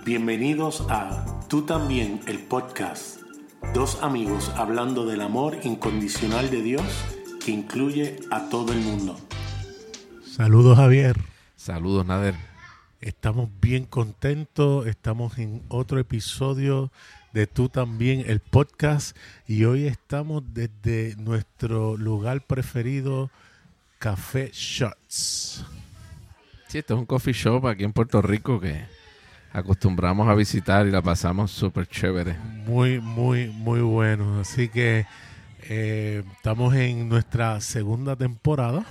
Bienvenidos a Tú También, el podcast. Dos amigos hablando del amor incondicional de Dios que incluye a todo el mundo. Saludos, Javier. Saludos, Nader. Estamos bien contentos, estamos en otro episodio de Tú También, el podcast, y hoy estamos desde nuestro lugar preferido, Café Shots. Sí, esto es un coffee shop aquí en Puerto Rico que acostumbramos a visitar y la pasamos súper chévere. Muy bueno. Así que estamos en nuestra segunda temporada.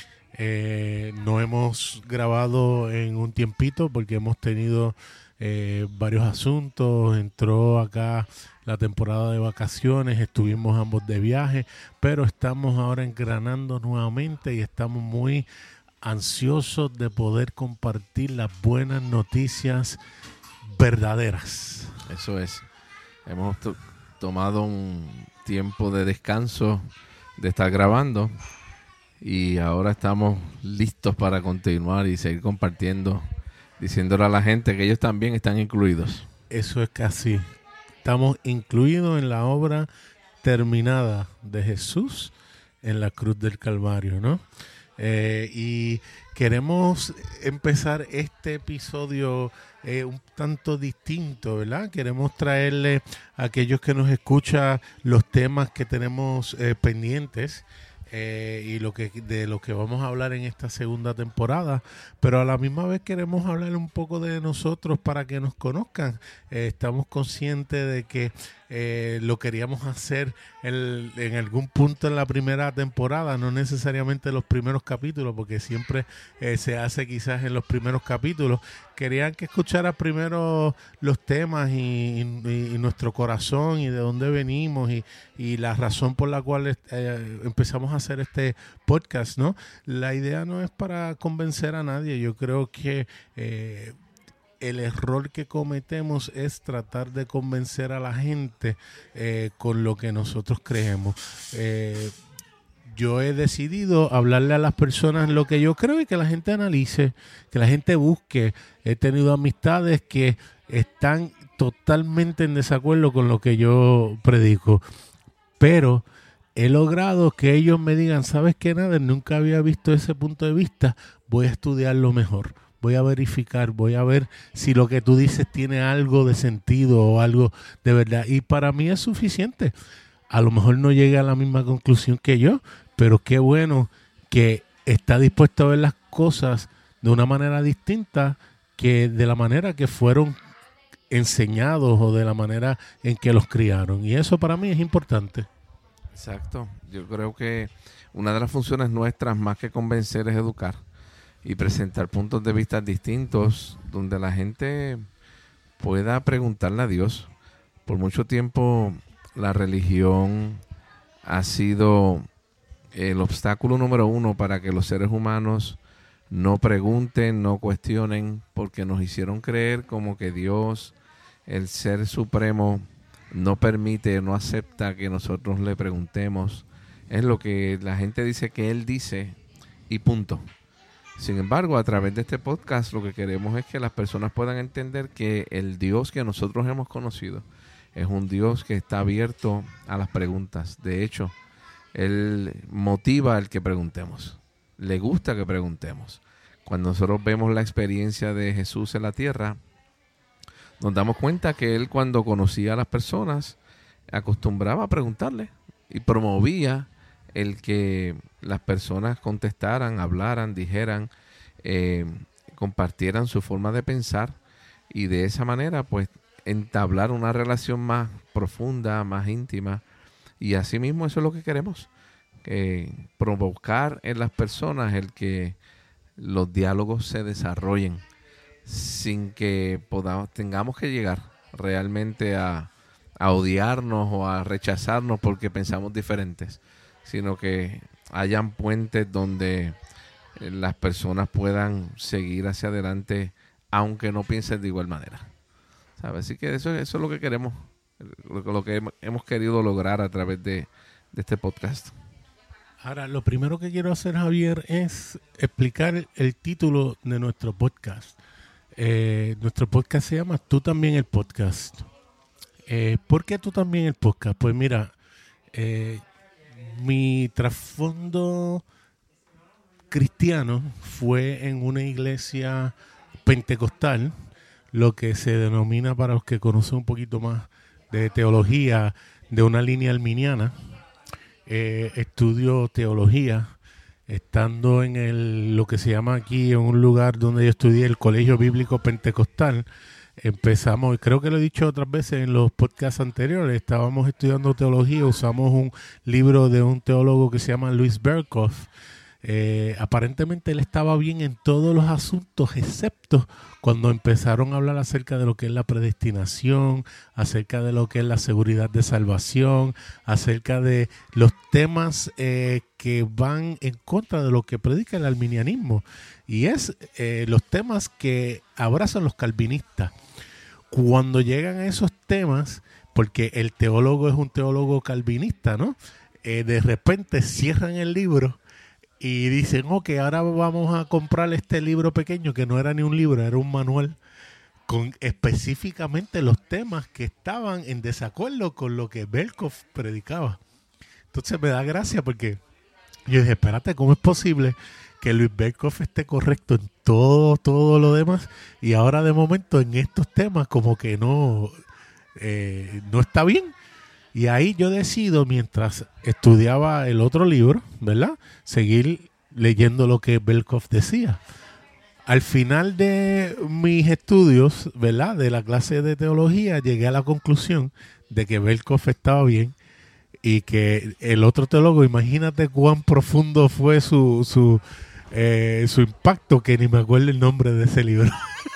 No hemos grabado en un tiempito porque hemos tenido varios asuntos. Entró acá la temporada de vacaciones, estuvimos ambos de viaje, pero estamos ahora engranando nuevamente y estamos muy ansiosos de poder compartir las buenas noticias verdaderas. Eso es. Hemos tomado un tiempo de descanso de estar grabando y ahora estamos listos para continuar y seguir compartiendo, diciéndole a la gente que ellos también están incluidos. Eso es casi. Estamos incluidos en la obra terminada de Jesús en la cruz del Calvario, ¿no? Y queremos empezar este episodio un tanto distinto, ¿verdad? Queremos traerle a aquellos que nos escuchan los temas que tenemos pendientes y de lo que vamos a hablar en esta segunda temporada, pero a la misma vez queremos hablar un poco de nosotros para que nos conozcan. Estamos conscientes de que lo queríamos hacer en algún punto en la primera temporada, no necesariamente los primeros capítulos, porque siempre se hace quizás en los primeros capítulos. Querían que escuchara primero los temas y nuestro corazón y de dónde venimos y la razón por la cual empezamos a hacer este podcast, ¿no? La idea no es para convencer a nadie. Yo creo que el error que cometemos es tratar de convencer a la gente con lo que nosotros creemos. Yo he decidido hablarle a las personas lo que yo creo y que la gente analice, que la gente busque. He tenido amistades que están totalmente en desacuerdo con lo que yo predico, pero he logrado que ellos me digan, ¿sabes qué, Nader? Nunca había visto ese punto de vista, voy a estudiarlo mejor. Voy a verificar, voy a ver si lo que tú dices tiene algo de sentido o algo de verdad. Y para mí es suficiente. A lo mejor no llegue a la misma conclusión que yo, pero qué bueno que está dispuesto a ver las cosas de una manera distinta que de la manera que fueron enseñados o de la manera en que los criaron. Y eso para mí es importante. Exacto. Yo creo que una de las funciones nuestras, más que convencer, es educar y presentar puntos de vista distintos donde la gente pueda preguntarle a Dios. Por mucho tiempo la religión ha sido el obstáculo número uno para que los seres humanos no pregunten, no cuestionen, porque nos hicieron creer como que Dios, el ser supremo, no permite, no acepta que nosotros le preguntemos. Es lo que la gente dice que Él dice y punto. Sin embargo, a través de este podcast lo que queremos es que las personas puedan entender que el Dios que nosotros hemos conocido es un Dios que está abierto a las preguntas. De hecho, Él motiva al que preguntemos. Le gusta que preguntemos. Cuando nosotros vemos la experiencia de Jesús en la tierra, nos damos cuenta que Él, cuando conocía a las personas, acostumbraba a preguntarle y promovía el que las personas contestaran, hablaran, dijeran, compartieran su forma de pensar y de esa manera pues entablar una relación más profunda, más íntima. Y asimismo eso es lo que queremos, provocar en las personas el que los diálogos se desarrollen sin que tengamos que llegar realmente a odiarnos o a rechazarnos porque pensamos diferentes, sino que hayan puentes donde las personas puedan seguir hacia adelante aunque no piensen de igual manera, ¿sabes? Así que eso es lo que queremos, lo que hemos querido lograr a través de este podcast. Ahora, lo primero que quiero hacer, Javier, es explicar el título de nuestro podcast. Nuestro podcast se llama Tú También el Podcast. ¿Por qué Tú También el Podcast? Pues mira, mi trasfondo cristiano fue en una iglesia pentecostal, lo que se denomina, para los que conocen un poquito más de teología, de una línea arminiana. Estudio teología estando en lo que se llama aquí, en un lugar donde yo estudié, el Colegio Bíblico Pentecostal. Empezamos, creo que lo he dicho otras veces en los podcasts anteriores, estábamos estudiando teología, usamos un libro de un teólogo que se llama Louis Berkhof. Aparentemente él estaba bien en todos los asuntos, excepto cuando empezaron a hablar acerca de lo que es la predestinación, acerca de lo que es la seguridad de salvación, acerca de los temas que van en contra de lo que predica el arminianismo, y es los temas que abrazan los calvinistas. Cuando llegan a esos temas, porque el teólogo es un teólogo calvinista, ¿no? De repente cierran el libro y dicen, ok, ahora vamos a comprar este libro pequeño, que no era ni un libro, era un manual, con específicamente los temas que estaban en desacuerdo con lo que Berkhof predicaba. Entonces me da gracia porque yo dije, espérate, ¿cómo es posible que Louis Berkhof esté correcto en todo lo demás? Y ahora de momento en estos temas como que no está bien. Y ahí yo decido, mientras estudiaba el otro libro, ¿verdad?, seguir leyendo lo que Berkhof decía. Al final de mis estudios, ¿verdad?, de la clase de teología, llegué a la conclusión de que Berkhof estaba bien y que el otro teólogo, imagínate cuán profundo fue su impacto, que ni me acuerdo el nombre de ese libro.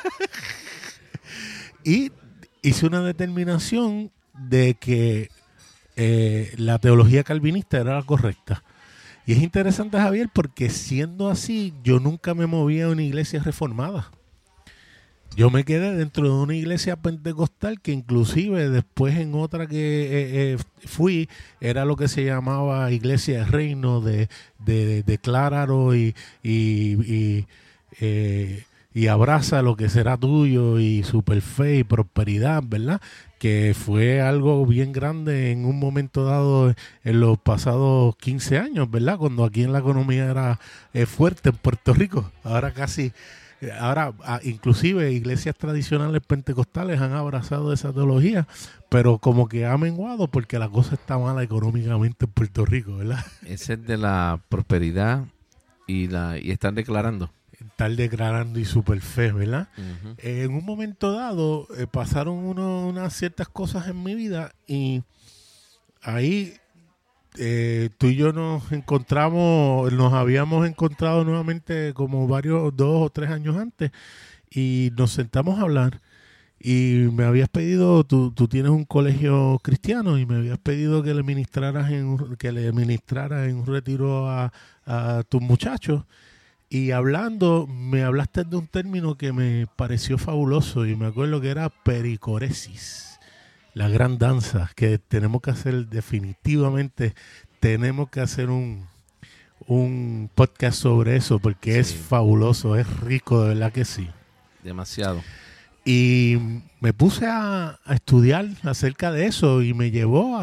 Y hice una determinación de que la teología calvinista era la correcta. Y es interesante, Javier, porque siendo así, yo nunca me moví a una iglesia reformada. Yo me quedé dentro de una iglesia pentecostal, que inclusive después en otra que fui, era lo que se llamaba Iglesia de Reino de Cláraro y abraza lo que será tuyo y super fe y prosperidad, ¿verdad? Que fue algo bien grande en un momento dado en los pasados 15 años, ¿verdad? Cuando aquí en la economía era fuerte en Puerto Rico. Ahora inclusive iglesias tradicionales pentecostales han abrazado esa teología, pero como que ha menguado porque la cosa está mala económicamente en Puerto Rico, ¿verdad? Ese es de la prosperidad y están declarando. Estar declarando y super fe, ¿verdad? Uh-huh. En un momento dado pasaron unas ciertas cosas en mi vida y ahí tú y yo nos habíamos encontrado nuevamente como 2 o 3 años antes y nos sentamos a hablar y me habías pedido, tú tienes un colegio cristiano y me habías pedido que le ministraras en un retiro a tus muchachos. Y hablando, me hablaste de un término que me pareció fabuloso y me acuerdo que era pericoresis, la gran danza, que tenemos que hacer definitivamente, tenemos que hacer un podcast sobre eso porque sí, es fabuloso, es rico, de verdad que sí. Demasiado. Y me puse a estudiar acerca de eso y me llevó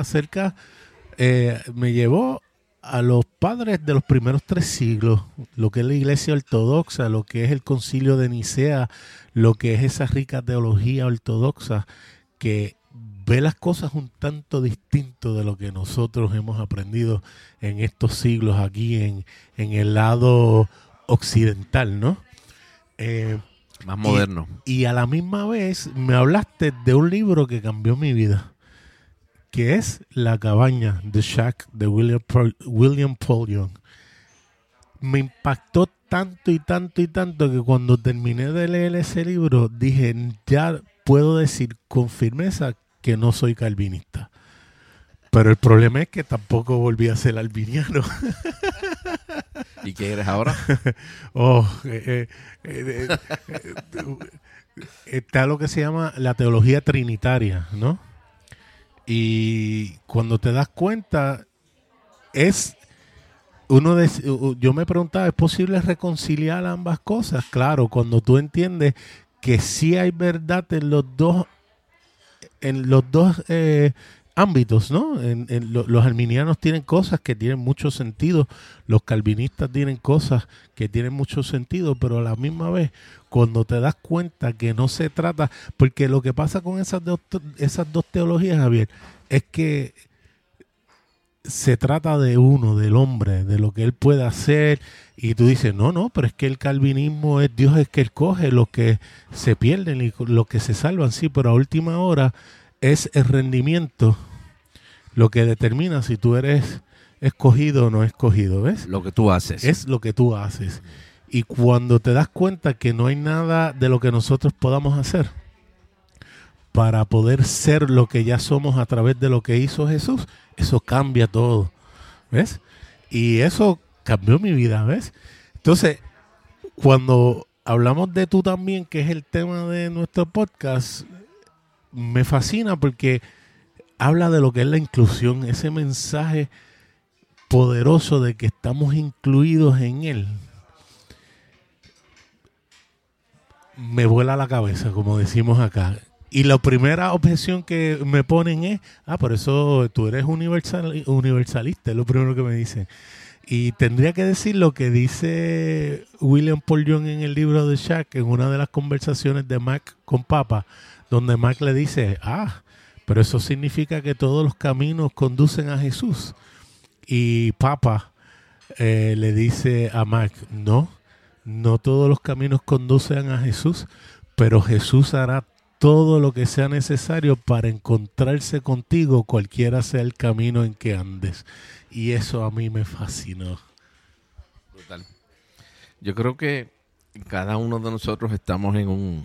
a los padres de los primeros 3 siglos, lo que es la iglesia ortodoxa, lo que es el concilio de Nicea, lo que es esa rica teología ortodoxa que ve las cosas un tanto distinto de lo que nosotros hemos aprendido en estos siglos aquí en el lado occidental, ¿no? Más moderno. Y a la misma vez me hablaste de un libro que cambió mi vida, que es La cabaña de Shack de William Paul Young. Me impactó tanto que cuando terminé de leer ese libro dije, ya puedo decir con firmeza que no soy calvinista. Pero el problema es que tampoco volví a ser albiniano. ¿Y qué eres ahora? Está lo que se llama la teología trinitaria, ¿no? Y cuando te das cuenta, yo me preguntaba, ¿es posible reconciliar ambas cosas? Claro, cuando tú entiendes que sí hay verdad en los dos ámbitos, ¿no? Los arminianos tienen cosas que tienen mucho sentido, los calvinistas tienen cosas que tienen mucho sentido, pero a la misma vez, cuando te das cuenta que no se trata, porque lo que pasa con esas dos teologías, Javier, es que se trata de uno, del hombre, de lo que él puede hacer, y tú dices, no, pero es que el calvinismo es Dios es que escoge, los que se pierden y los que se salvan, sí, pero a última hora es el rendimiento lo que determina si tú eres escogido o no escogido, ¿ves? Lo que tú haces. Es lo que tú haces. Y cuando te das cuenta que no hay nada de lo que nosotros podamos hacer para poder ser lo que ya somos a través de lo que hizo Jesús, eso cambia todo, ¿ves? Y eso cambió mi vida, ¿ves? Entonces, cuando hablamos de tú también, que es el tema de nuestro podcast, me fascina porque habla de lo que es la inclusión, ese mensaje poderoso de que estamos incluidos en Él. Me vuela la cabeza, como decimos acá. Y la primera objeción que me ponen es, por eso tú eres universalista, es lo primero que me dicen. Y tendría que decir lo que dice William Paul Young en el libro de Shaq, en una de las conversaciones de Mac con Papa, donde Mac le dice, pero eso significa que todos los caminos conducen a Jesús. Y Papa le dice a Mac, no todos los caminos conducen a Jesús, pero Jesús hará todo lo que sea necesario para encontrarse contigo, cualquiera sea el camino en que andes. Y eso a mí me fascinó. Brutal. Yo creo que cada uno de nosotros estamos en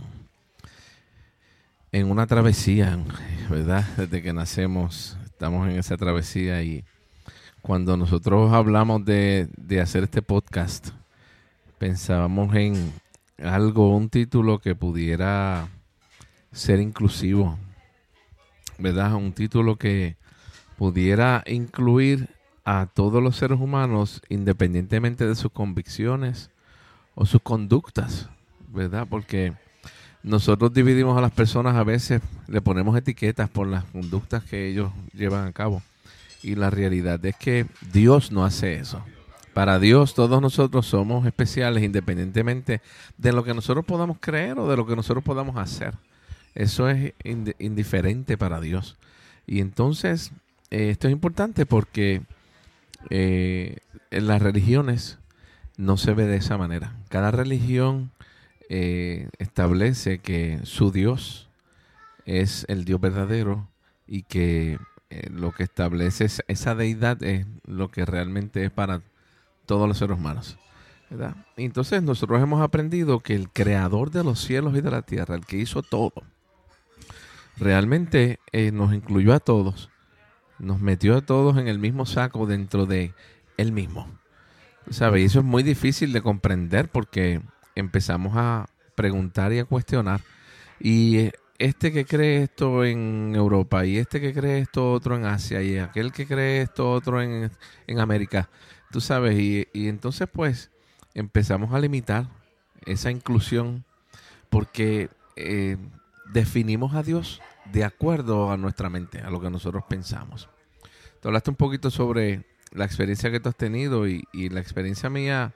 una travesía, ¿verdad? Desde que nacemos estamos en esa travesía, y cuando nosotros hablamos de hacer este podcast, pensábamos en un título que pudiera ser inclusivo, ¿verdad? Un título que pudiera incluir a todos los seres humanos, independientemente de sus convicciones o sus conductas, ¿verdad? Porque nosotros dividimos a las personas, a veces le ponemos etiquetas por las conductas que ellos llevan a cabo. Y la realidad es que Dios no hace eso. Para Dios todos nosotros somos especiales, independientemente de lo que nosotros podamos creer o de lo que nosotros podamos hacer. Eso es indiferente para Dios. Y entonces esto es importante porque en las religiones no se ve de esa manera. Cada religión establece que su Dios es el Dios verdadero y que lo que establece esa deidad es lo que realmente es para todos los seres humanos, ¿verdad? Y entonces nosotros hemos aprendido que el creador de los cielos y de la tierra, el que hizo todo, realmente nos incluyó a todos, nos metió a todos en el mismo saco dentro de él mismo, ¿sabes? Y eso es muy difícil de comprender porque empezamos a preguntar y a cuestionar, y este que cree esto en Europa, y este que cree esto otro en Asia, y aquel que cree esto otro en América, tú sabes, y entonces pues empezamos a limitar esa inclusión porque definimos a Dios de acuerdo a nuestra mente, a lo que nosotros pensamos. Tú hablaste un poquito sobre la experiencia que tú has tenido y la experiencia mía.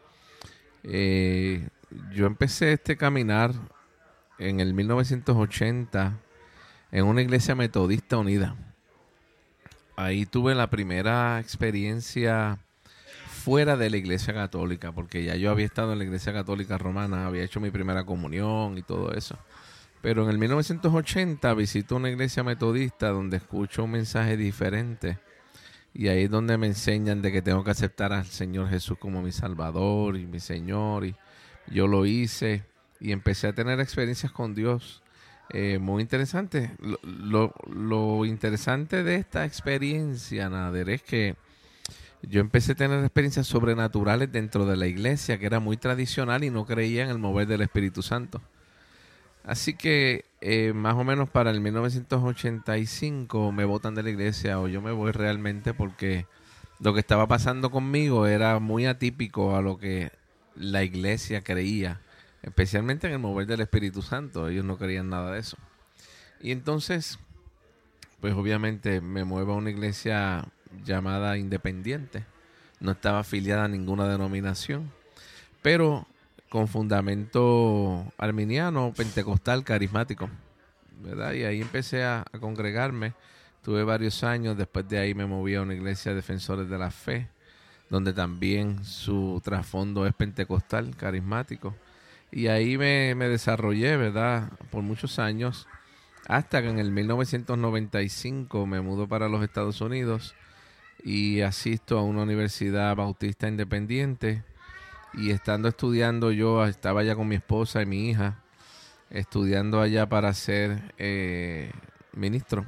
Yo empecé este caminar en el 1980 en una iglesia metodista unida. Ahí tuve la primera experiencia fuera de la iglesia católica, porque ya yo había estado en la iglesia católica romana, había hecho mi primera comunión y todo eso. Pero en el 1980 visito una iglesia metodista donde escucho un mensaje diferente. Y ahí es donde me enseñan de que tengo que aceptar al Señor Jesús como mi Salvador y mi Señor. Y yo lo hice y empecé a tener experiencias con Dios muy interesantes. Lo interesante de esta experiencia, Nader, es que yo empecé a tener experiencias sobrenaturales dentro de la iglesia, que era muy tradicional y no creía en el mover del Espíritu Santo. Así que más o menos para el 1985 me botan de la iglesia, o yo me voy realmente, porque lo que estaba pasando conmigo era muy atípico a lo que la iglesia creía especialmente en el mover del Espíritu Santo. Ellos no querían nada de eso. Y entonces, pues obviamente me muevo a una iglesia llamada Independiente. No estaba afiliada a ninguna denominación, pero con fundamento arminiano, pentecostal, carismático, ¿verdad? Y ahí empecé a congregarme. Tuve varios años. Después de ahí me moví a una iglesia de Defensores de la Fe, donde también su trasfondo es pentecostal, carismático. Y ahí me desarrollé, ¿verdad? Por muchos años, hasta que en el 1995 me mudo para los Estados Unidos y asisto a una universidad bautista independiente. Y estando estudiando, yo estaba allá con mi esposa y mi hija, estudiando allá para ser ministro,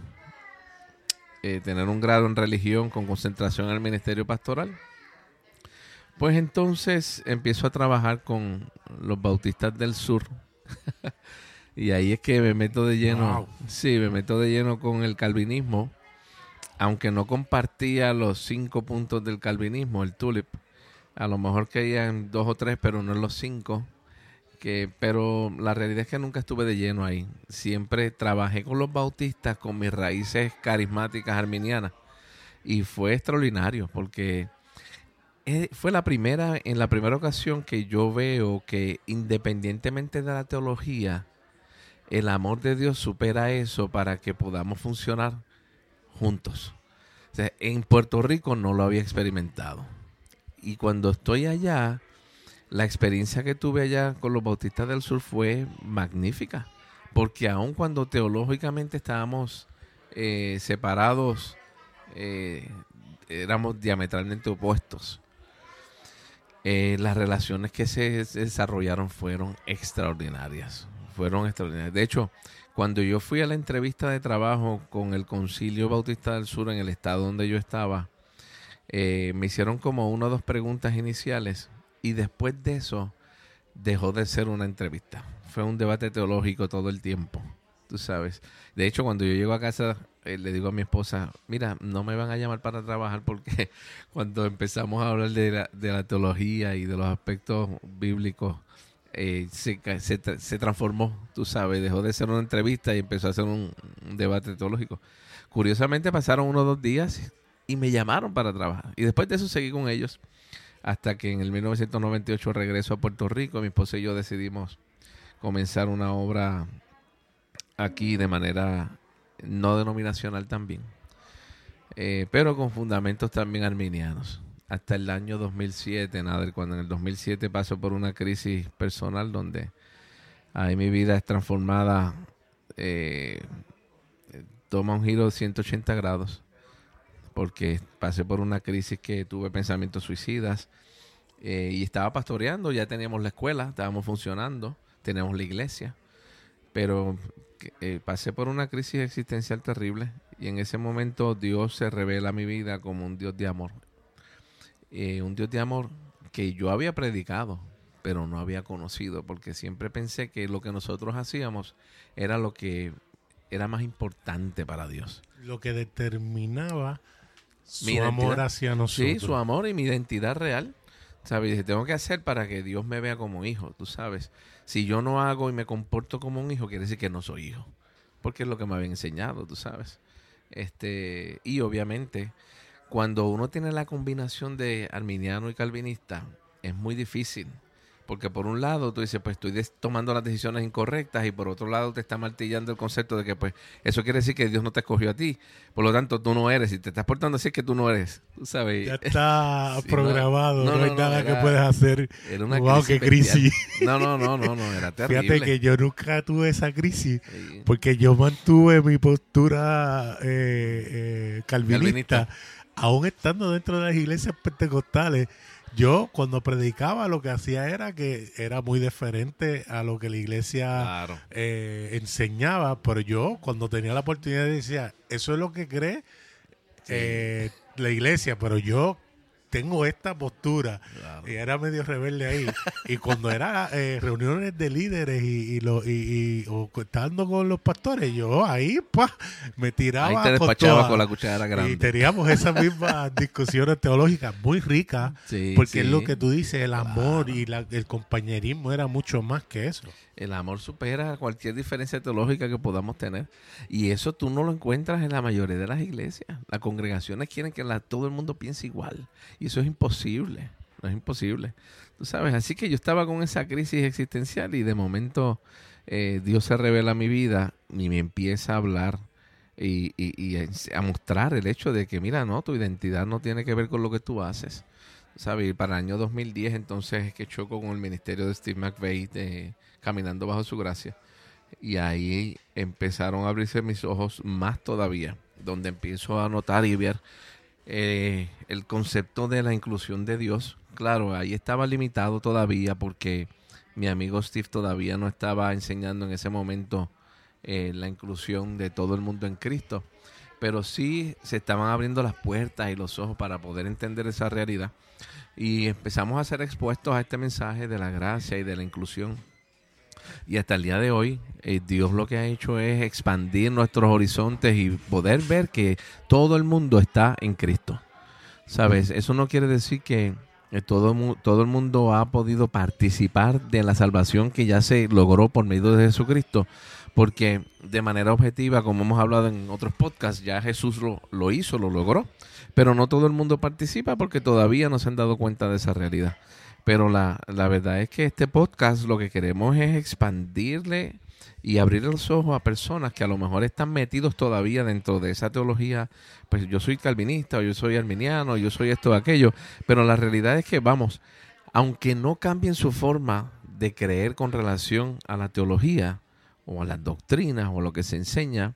tener un grado en religión con concentración en el ministerio pastoral. Pues entonces empiezo a trabajar con los bautistas del sur. Y ahí es que me meto de lleno. Wow. Sí, me meto de lleno con el calvinismo. Aunque no compartía los 5 puntos del calvinismo, el tulip. A lo mejor caían 2 o 3, pero no en los 5. Pero la realidad es que nunca estuve de lleno ahí. Siempre trabajé con los bautistas, con mis raíces carismáticas arminianas. Y fue extraordinario porque fue en la primera ocasión que yo veo que independientemente de la teología, el amor de Dios supera eso para que podamos funcionar juntos. O sea, en Puerto Rico no lo había experimentado. Y cuando estoy allá, la experiencia que tuve allá con los bautistas del sur fue magnífica. Porque aun cuando teológicamente estábamos separados, éramos diametralmente opuestos. Las relaciones que se desarrollaron fueron extraordinarias. De hecho, cuando yo fui a la entrevista de trabajo con el Concilio Bautista del Sur en el estado donde yo estaba, me hicieron como 1 o 2 preguntas iniciales y después de eso dejó de ser una entrevista. Fue un debate teológico todo el tiempo, tú sabes. De hecho, cuando yo llego a casa, le digo a mi esposa, mira, no me van a llamar para trabajar porque cuando empezamos a hablar de la teología y de los aspectos bíblicos, se transformó, tú sabes, dejó de ser una entrevista y empezó a ser un debate teológico. Curiosamente pasaron 1 o 2 días y me llamaron para trabajar. Y después de eso seguí con ellos hasta que en el 1998 regreso a Puerto Rico. Mi esposa y yo decidimos comenzar una obra aquí de manera no denominacional también, pero con fundamentos también arminianos. Hasta el año 2007, cuando en el 2007 paso por una crisis personal donde ahí mi vida es transformada, toma un giro de 180 grados, porque pasé por una crisis que tuve pensamientos suicidas y estaba pastoreando, ya teníamos la escuela, estábamos funcionando, teníamos la iglesia, pero pasé por una crisis existencial terrible y en ese momento Dios se revela a mi vida como un Dios de amor. Un Dios de amor que yo había predicado, pero no había conocido, porque siempre pensé que lo que nosotros hacíamos era lo que era más importante para Dios. Lo que determinaba su amor hacia nosotros. Sí, su amor y mi identidad real. ¿Sabes? Dije, tengo que hacer para que Dios me vea como hijo, tú sabes. Si yo no hago y me comporto como un hijo, quiere decir que no soy hijo, porque es lo que me habían enseñado, tú sabes. Y obviamente, cuando uno tiene la combinación de arminiano y calvinista, es muy difícil. Porque por un lado tú dices, pues estoy tomando las decisiones incorrectas, y por otro lado te está martillando el concepto de que pues eso quiere decir que Dios no te escogió a ti. Por lo tanto, tú no eres. Y te estás portando así, es que tú no eres. ¿Tú sabes? Ya está sí, programado. No hay nada que puedes hacer. Era una wow, qué crisis. No, era terrible. Fíjate que yo nunca tuve esa crisis porque yo mantuve mi postura calvinista. Aún estando dentro de las iglesias pentecostales. Yo cuando predicaba lo que hacía era que era muy diferente a lo que la iglesia enseñaba, pero yo cuando tenía la oportunidad decía, eso es lo que cree la iglesia, pero yo tengo esta postura. Claro. Y era medio rebelde ahí. Y cuando era reuniones de líderes o estando con los pastores, yo ahí me tiraba. Ahí te despachaba con la cuchara grande. Y teníamos esas mismas discusiones teológicas muy ricas, Sí, porque sí. es lo que tú dices, el amor y el compañerismo era mucho más que eso. El amor supera cualquier diferencia teológica que podamos tener. Y eso tú no lo encuentras en la mayoría de las iglesias. Las congregaciones quieren que todo el mundo piense igual. Y eso es imposible. No es imposible. Tú sabes, así que yo estaba con esa crisis existencial y de momento Dios se revela a mi vida y me empieza a hablar y a mostrar el hecho de que, mira, no, tu identidad no tiene que ver con lo que tú haces. ¿Sabes? Y para el año 2010 entonces es que choco con el ministerio de Steve McVeigh Caminando Bajo Su Gracia. Y ahí empezaron a abrirse mis ojos más todavía, donde empiezo a notar y ver el concepto de la inclusión de Dios. Claro, ahí estaba limitado todavía porque mi amigo Steve todavía no estaba enseñando en ese momento la inclusión de todo el mundo en Cristo. Pero sí se estaban abriendo las puertas y los ojos para poder entender esa realidad. Y empezamos a ser expuestos a este mensaje de la gracia y de la inclusión. Y hasta el día de hoy, Dios lo que ha hecho es expandir nuestros horizontes y poder ver que todo el mundo está en Cristo. ¿Sabes? Eso no quiere decir que todo el mundo ha podido participar de la salvación que ya se logró por medio de Jesucristo. Porque de manera objetiva, como hemos hablado en otros podcasts, ya Jesús lo hizo, lo logró. Pero no todo el mundo participa porque todavía no se han dado cuenta de esa realidad. Pero la verdad es que este podcast lo que queremos es expandirle y abrir los ojos a personas que a lo mejor están metidos todavía dentro de esa teología. Pues yo soy calvinista, o yo soy arminiano, yo soy esto o aquello. Pero la realidad es que, vamos, aunque no cambien su forma de creer con relación a la teología o a las doctrinas o lo que se enseña,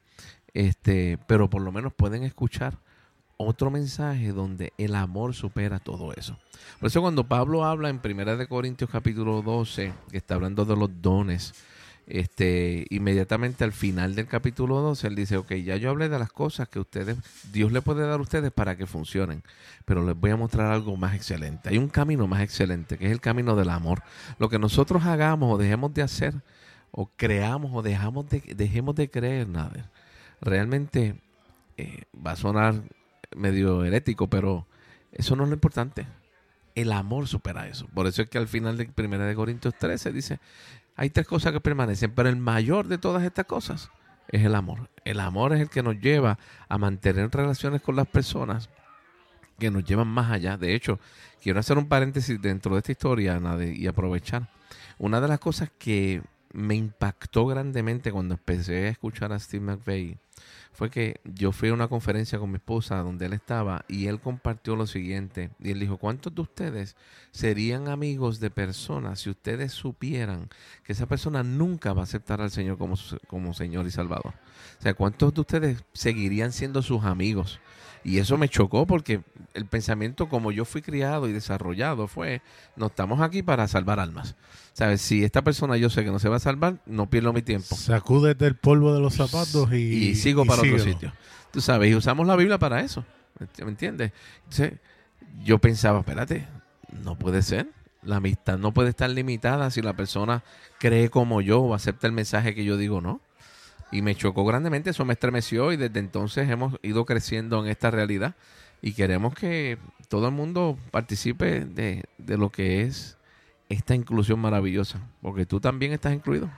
pero por lo menos pueden escuchar otro mensaje donde el amor supera todo eso. Por eso cuando Pablo habla en 1 Corintios capítulo 12, que está hablando de los dones, inmediatamente al final del capítulo 12, él dice, ok, ya yo hablé de las cosas que Dios le puede dar a ustedes para que funcionen, pero les voy a mostrar algo más excelente. Hay un camino más excelente, que es el camino del amor. Lo que nosotros hagamos o dejemos de hacer, o creamos o dejemos de creer, nada. Realmente va a sonar medio herético, pero eso no es lo importante. El amor supera eso. Por eso es que al final de 1 Corintios 13 dice, hay 3 cosas que permanecen, pero el mayor de todas estas cosas es el amor. El amor es el que nos lleva a mantener relaciones con las personas que nos llevan más allá. De hecho, quiero hacer un paréntesis dentro de esta historia, y aprovechar. Una de las cosas que me impactó grandemente cuando empecé a escuchar a Steve McVeigh fue que yo fui a una conferencia con mi esposa donde él estaba y él compartió lo siguiente. Y él dijo, ¿cuántos de ustedes serían amigos de personas si ustedes supieran que esa persona nunca va a aceptar al Señor como Señor y Salvador? O sea, ¿cuántos de ustedes seguirían siendo sus amigos? Y eso me chocó porque el pensamiento como yo fui criado y desarrollado fue, no estamos aquí para salvar almas. ¿Sabes? Si esta persona yo sé que no se va a salvar, no pierdo mi tiempo. Sacúdete el polvo de los zapatos y sigo para síguelo. otro sitio. Tú sabes, y usamos la Biblia para eso. ¿Me entiendes? Entonces, yo pensaba, espérate, no puede ser. La amistad no puede estar limitada si la persona cree como yo o acepta el mensaje que yo digo, no. Y me chocó grandemente, eso me estremeció y desde entonces hemos ido creciendo en esta realidad y queremos que todo el mundo participe de lo que es esta inclusión maravillosa, porque tú también estás incluido.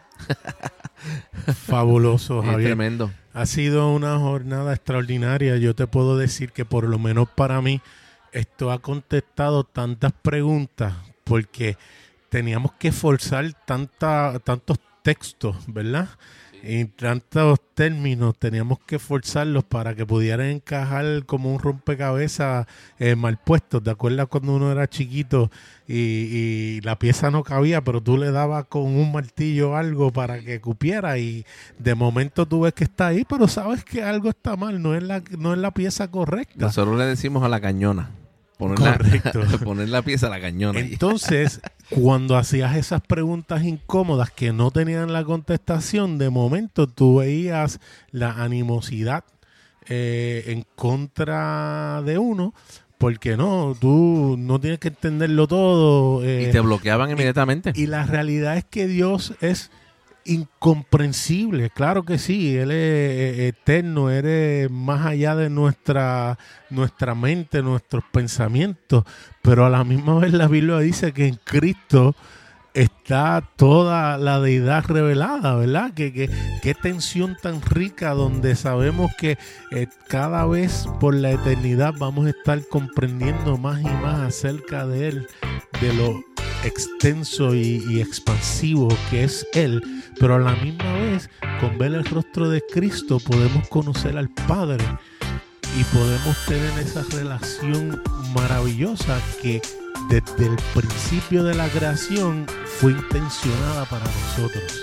Fabuloso, Javier. Es tremendo. Ha sido una jornada extraordinaria. Yo te puedo decir que por lo menos para mí esto ha contestado tantas preguntas porque teníamos que forzar tantos textos, ¿verdad? Y tantos términos teníamos que forzarlos para que pudieran encajar como un rompecabezas mal puesto. ¿Te acuerdas cuando uno era chiquito y la pieza no cabía, pero tú le dabas con un martillo algo para que cupiera y de momento tú ves que está ahí, pero sabes que algo está mal, no es la pieza correcta? Nosotros le decimos a la cañona. Correcto. Poner la pieza a la cañona. Entonces, cuando hacías esas preguntas incómodas que no tenían la contestación, de momento tú veías la animosidad en contra de uno porque no, tú no tienes que entenderlo todo. Y te bloqueaban inmediatamente. Y la realidad es que Dios es incomprensible, claro que sí, Él es eterno, Él es más allá de nuestra mente, nuestros pensamientos, pero a la misma vez la Biblia dice que en Cristo está toda la deidad revelada, ¿verdad? Qué tensión tan rica, donde sabemos que cada vez por la eternidad vamos a estar comprendiendo más y más acerca de Él, de lo extenso y expansivo que es Él, pero a la misma vez, con ver el rostro de Cristo, podemos conocer al Padre y podemos tener esa relación maravillosa que desde el principio de la creación fue intencionada para nosotros.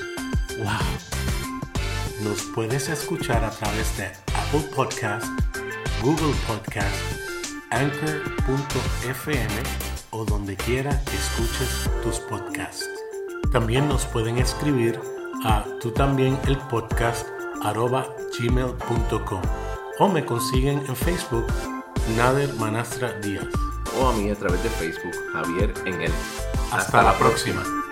¡Wow! Nos puedes escuchar a través de Apple Podcast, Google Podcast, Anchor.fm o donde quiera que escuches tus podcasts. También nos pueden escribir a tutambienelpodcast@gmail.com o me consiguen en Facebook, Nader Manastra Díaz. O a mí a través de Facebook, Javier en él. Hasta la próxima.